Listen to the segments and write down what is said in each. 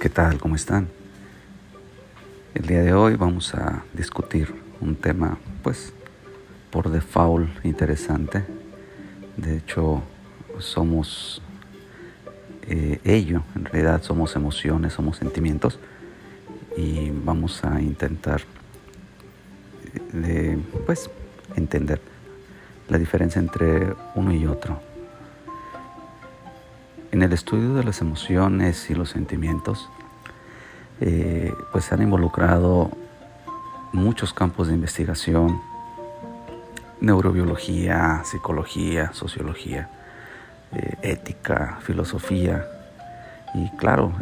¿Qué tal? ¿Cómo están? El día de hoy vamos a discutir un tema, pues, por default interesante. De hecho, somos ello, en realidad somos emociones, somos sentimientos y vamos a intentar, pues, entender la diferencia entre uno y otro. En el estudio de las emociones y los sentimientos, pues se han involucrado muchos campos de investigación: neurobiología, psicología, sociología, ética, filosofía y claro,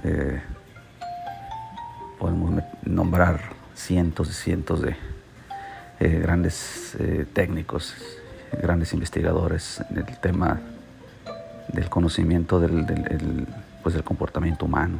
podemos nombrar cientos y cientos de grandes técnicos, grandes investigadores en el tema del conocimiento del comportamiento humano.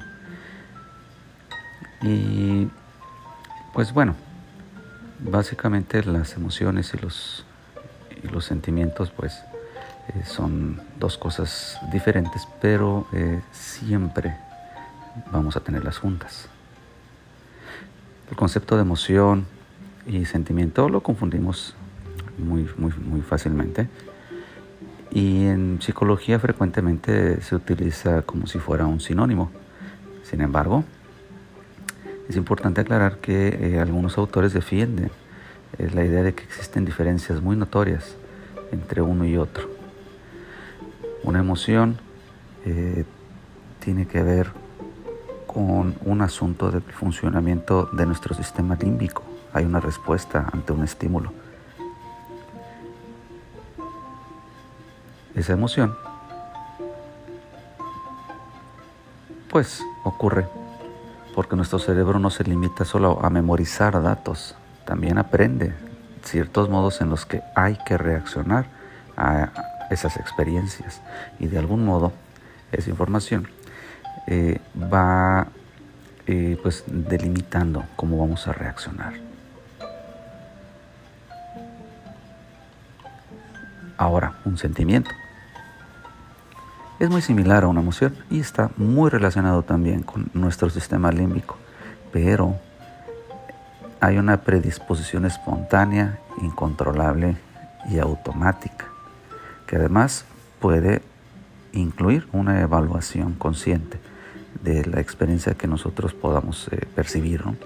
Y pues bueno, básicamente las emociones y los sentimientos pues son dos cosas diferentes, pero siempre vamos a tenerlas juntas. El concepto de emoción y sentimiento lo confundimos muy fácilmente, y en psicología frecuentemente se utiliza como si fuera un sinónimo. Sin embargo, es importante aclarar que algunos autores defienden la idea de que existen diferencias muy notorias entre uno y otro. Una emoción tiene que ver con un asunto del funcionamiento de nuestro sistema límbico. Hay una respuesta ante un estímulo. Esa emoción pues ocurre porque nuestro cerebro no se limita solo a memorizar datos, también aprende ciertos modos en los que hay que reaccionar a esas experiencias, y de algún modo esa información va pues delimitando cómo vamos a reaccionar. Ahora, un sentimiento es muy similar a una emoción y está muy relacionado también con nuestro sistema límbico, pero hay una predisposición espontánea, incontrolable y automática, que además puede incluir una evaluación consciente de la experiencia que nosotros podamos percibir, ¿no?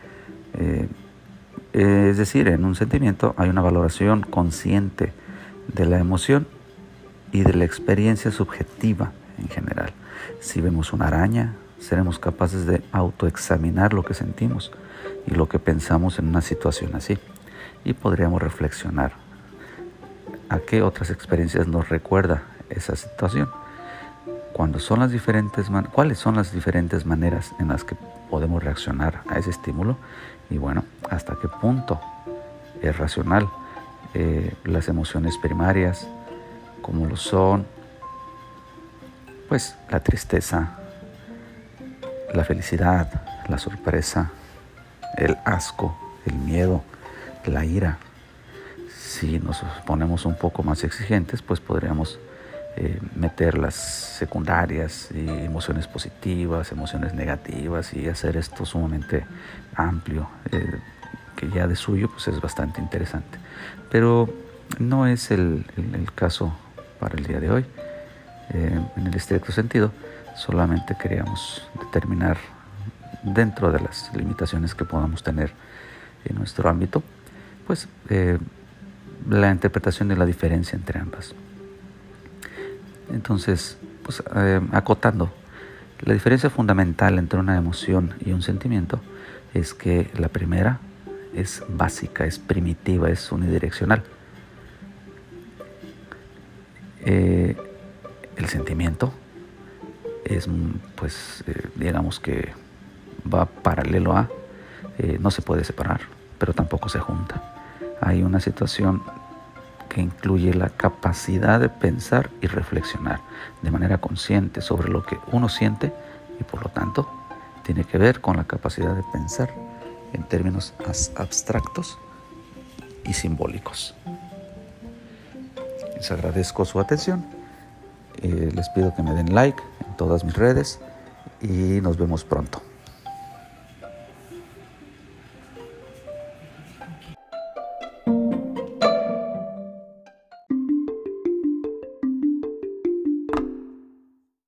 Es decir, en un sentimiento hay una valoración consciente de la emoción y de la experiencia subjetiva en general. Si vemos una araña, seremos capaces de autoexaminar lo que sentimos y lo que pensamos en una situación así, y podríamos reflexionar a qué otras experiencias nos recuerda esa situación. ¿Cuáles son las diferentes maneras en las que podemos reaccionar a ese estímulo? Y bueno, ¿hasta qué punto es racional? Las emociones primarias, como lo son pues la tristeza, la felicidad, la sorpresa, el asco, el miedo, la ira. Si nos ponemos un poco más exigentes, pues podríamos meter las secundarias y emociones positivas, emociones negativas, y hacer esto sumamente amplio, que ya de suyo pues es bastante interesante, pero no es el caso para el día de hoy. En el estricto sentido, solamente queríamos determinar, dentro de las limitaciones que podamos tener en nuestro ámbito, pues la interpretación de la diferencia entre ambas. Entonces, pues acotando, la diferencia fundamental entre una emoción y un sentimiento es que la primera es básica, es primitiva, es unidireccional. El sentimiento es, pues, digamos que va paralelo a, no se puede separar, pero tampoco se junta. Hay una situación que incluye la capacidad de pensar y reflexionar de manera consciente sobre lo que uno siente, y por lo tanto tiene que ver con la capacidad de pensar en términos abstractos y simbólicos. Les agradezco su atención. Les pido que me den like en todas mis redes y nos vemos pronto.